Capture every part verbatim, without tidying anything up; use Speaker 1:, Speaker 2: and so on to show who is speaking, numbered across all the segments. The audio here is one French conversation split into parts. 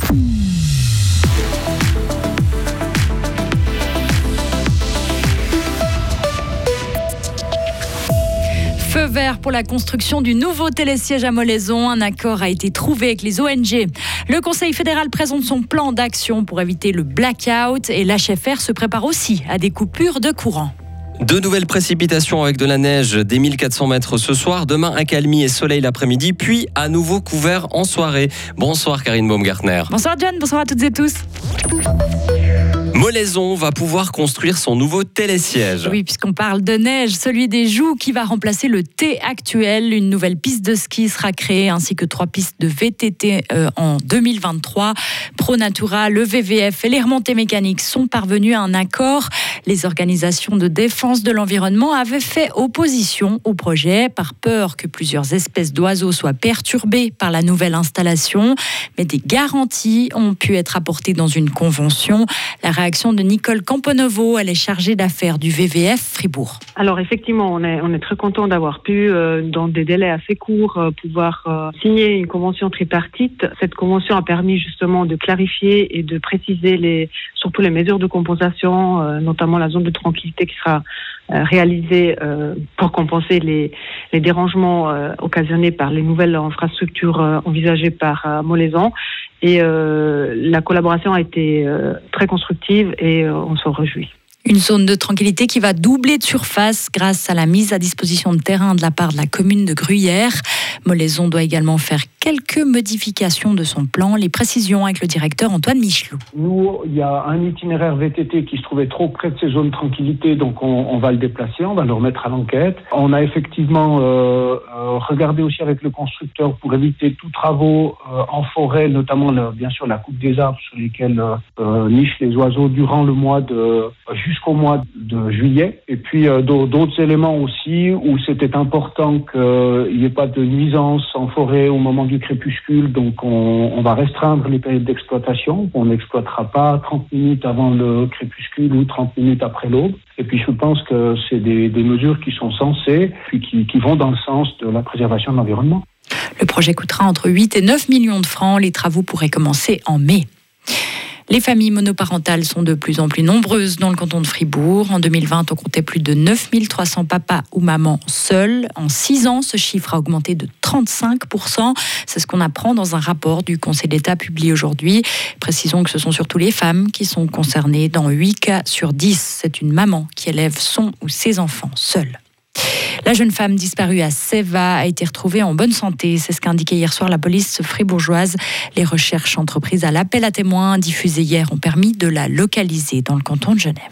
Speaker 1: Feu vert pour la construction du nouveau télésiège à Molaison. Un accord a été trouvé avec les O N G. Le Conseil fédéral présente son plan d'action pour éviter le blackout et l'H F R se prépare aussi à des coupures de courant.
Speaker 2: De nouvelles précipitations avec de la neige des mille quatre cents mètres ce soir. Demain, accalmie et soleil l'après-midi, puis à nouveau couvert en soirée. Bonsoir Karine Baumgartner.
Speaker 1: Bonsoir John, bonsoir à toutes et tous.
Speaker 2: Molaison va pouvoir construire son nouveau télésiège.
Speaker 1: Oui, puisqu'on parle de neige, celui des Joues qui va remplacer le T actuel. Une nouvelle piste de ski sera créée, ainsi que trois pistes de V T T euh, en deux mille vingt-trois. ProNatura, le V V F et les remontées mécaniques sont parvenus à un accord. Les organisations de défense de l'environnement avaient fait opposition au projet par peur que plusieurs espèces d'oiseaux soient perturbées par la nouvelle installation. Mais des garanties ont pu être apportées dans une convention. La réaction de Nicole Camponovo, elle est chargée d'affaires du V V F Fribourg.
Speaker 3: Alors effectivement, on est, on est très content d'avoir pu, euh, dans des délais assez courts, euh, pouvoir euh, signer une convention tripartite. Cette convention a permis justement de clarifier et de préciser les, surtout les mesures de compensation, euh, notamment la zone de tranquillité qui sera euh, réalisée euh, pour compenser les, les dérangements euh, occasionnés par les nouvelles infrastructures euh, envisagées par euh, Molaison. Et euh, la collaboration a été euh, très constructive et euh, on s'en réjouit.
Speaker 1: Une zone de tranquillité qui va doubler de surface grâce à la mise à disposition de terrain de la part de la commune de Gruyère. Molaison doit également faire quelques modifications de son plan. Les précisions avec le directeur Antoine Michelou.
Speaker 4: Nous, il y a un itinéraire V T T qui se trouvait trop près de ces zones de tranquillité, donc on, on va le déplacer, on va le remettre à l'enquête. On a effectivement euh, euh, regardé aussi avec le constructeur pour éviter tous travaux euh, en forêt, notamment le, bien sûr la coupe des arbres sur lesquels euh, nichent les oiseaux durant le mois de jusqu'au mois de juillet. Et puis euh, d'autres éléments aussi où c'était important qu'il n'y ait pas de nuisance en forêt au moment du crépuscule. Donc on, on va restreindre les périodes d'exploitation. On n'exploitera pas trente minutes avant le crépuscule ou trente minutes après l'aube. Et puis je pense que c'est des, des mesures qui sont sensées puis qui, qui vont dans le sens de la préservation de l'environnement.
Speaker 1: Le projet coûtera entre huit et neuf millions de francs. Les travaux pourraient commencer en mai. Les familles monoparentales sont de plus en plus nombreuses dans le canton de Fribourg. En deux mille vingt, on comptait plus de neuf mille trois cents papas ou mamans seuls. En six ans, ce chiffre a augmenté de trente-cinq pour cent. C'est ce qu'on apprend dans un rapport du Conseil d'État publié aujourd'hui. Précisons que ce sont surtout les femmes qui sont concernées. Dans huit cas sur dix, c'est une maman qui élève son ou ses enfants seule. La jeune femme disparue à Ceva a été retrouvée en bonne santé. C'est ce qu'a indiqué hier soir la police fribourgeoise. Les recherches entreprises à l'appel à témoins diffusées hier ont permis de la localiser dans le canton de Genève.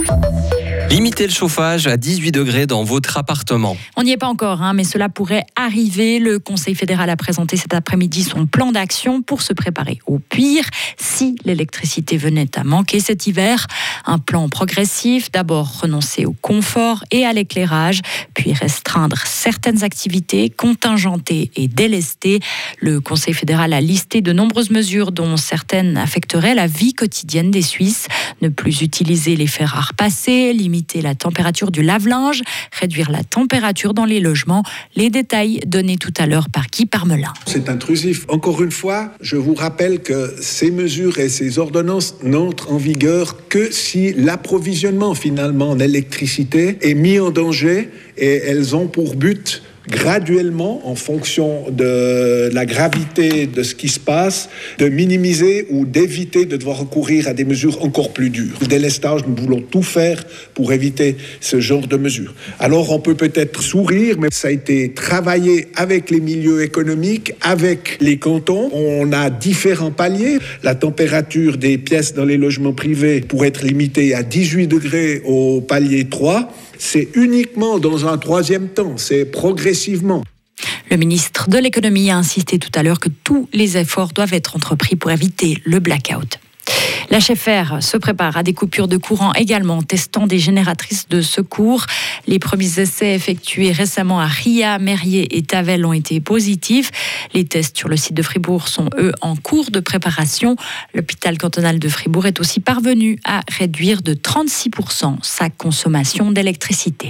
Speaker 2: Limitez le chauffage à dix-huit degrés dans votre appartement.
Speaker 1: On n'y est pas encore, hein, mais cela pourrait arriver. Le Conseil fédéral a présenté cet après-midi son plan d'action pour se préparer au pire si l'électricité venait à manquer cet hiver. Un plan progressif, d'abord renoncer au confort et à l'éclairage, puis restreindre certaines activités, contingenter et délester. Le Conseil fédéral a listé de nombreuses mesures dont certaines affecteraient la vie quotidienne des Suisses. Ne plus utiliser les fers à repasser, limiter la température du lave-linge, réduire la température dans les logements. Les détails donnés tout à l'heure par Guy Parmelin.
Speaker 5: C'est intrusif. Encore une fois, je vous rappelle que ces mesures et ces ordonnances n'entrent en vigueur que si l'approvisionnement finalement en électricité est mis en danger, et elles ont pour but graduellement, en fonction de la gravité de ce qui se passe, de minimiser ou d'éviter de devoir recourir à des mesures encore plus dures. Le délestage, nous voulons tout faire pour éviter ce genre de mesures. Alors on peut peut-être sourire, mais ça a été travaillé avec les milieux économiques, avec les cantons. On a différents paliers. La température des pièces dans les logements privés pourrait être limitée à dix-huit degrés au palier trois. C'est uniquement dans un troisième temps, c'est progressivement.
Speaker 1: Le ministre de l'économie a insisté tout à l'heure que tous les efforts doivent être entrepris pour éviter le blackout. L'H F R se prépare à des coupures de courant également, testant des génératrices de secours. Les premiers essais effectués récemment à Ria, Merrier et Tavel ont été positifs. Les tests sur le site de Fribourg sont, eux, en cours de préparation. L'hôpital cantonal de Fribourg est aussi parvenu à réduire de trente-six pour cent sa consommation d'électricité.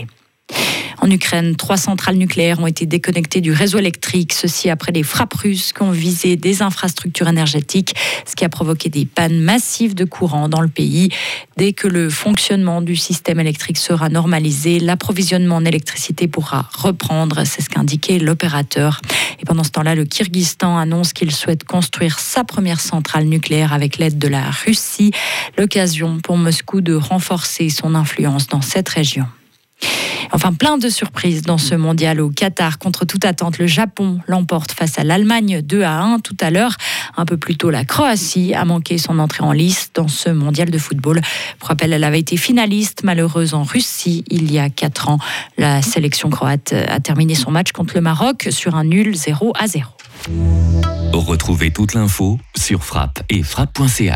Speaker 1: En Ukraine, trois centrales nucléaires ont été déconnectées du réseau électrique, ceci après des frappes russes qui ont visé des infrastructures énergétiques, ce qui a provoqué des pannes massives de courant dans le pays. Dès que le fonctionnement du système électrique sera normalisé, l'approvisionnement en électricité pourra reprendre, c'est ce qu'indiquait l'opérateur. Et pendant ce temps-là, le Kirghizstan annonce qu'il souhaite construire sa première centrale nucléaire avec l'aide de la Russie, l'occasion pour Moscou de renforcer son influence dans cette région. Enfin, plein de surprises dans ce mondial au Qatar. Contre toute attente, le Japon l'emporte face à l'Allemagne deux à un tout à l'heure. Un peu plus tôt, la Croatie a manqué son entrée en lice dans ce mondial de football. Pour rappel, elle avait été finaliste malheureuse en Russie il y a quatre ans. La sélection croate a terminé son match contre le Maroc sur un nul zéro à zéro.
Speaker 6: Retrouvez toute l'info sur frappe et frappe point c h.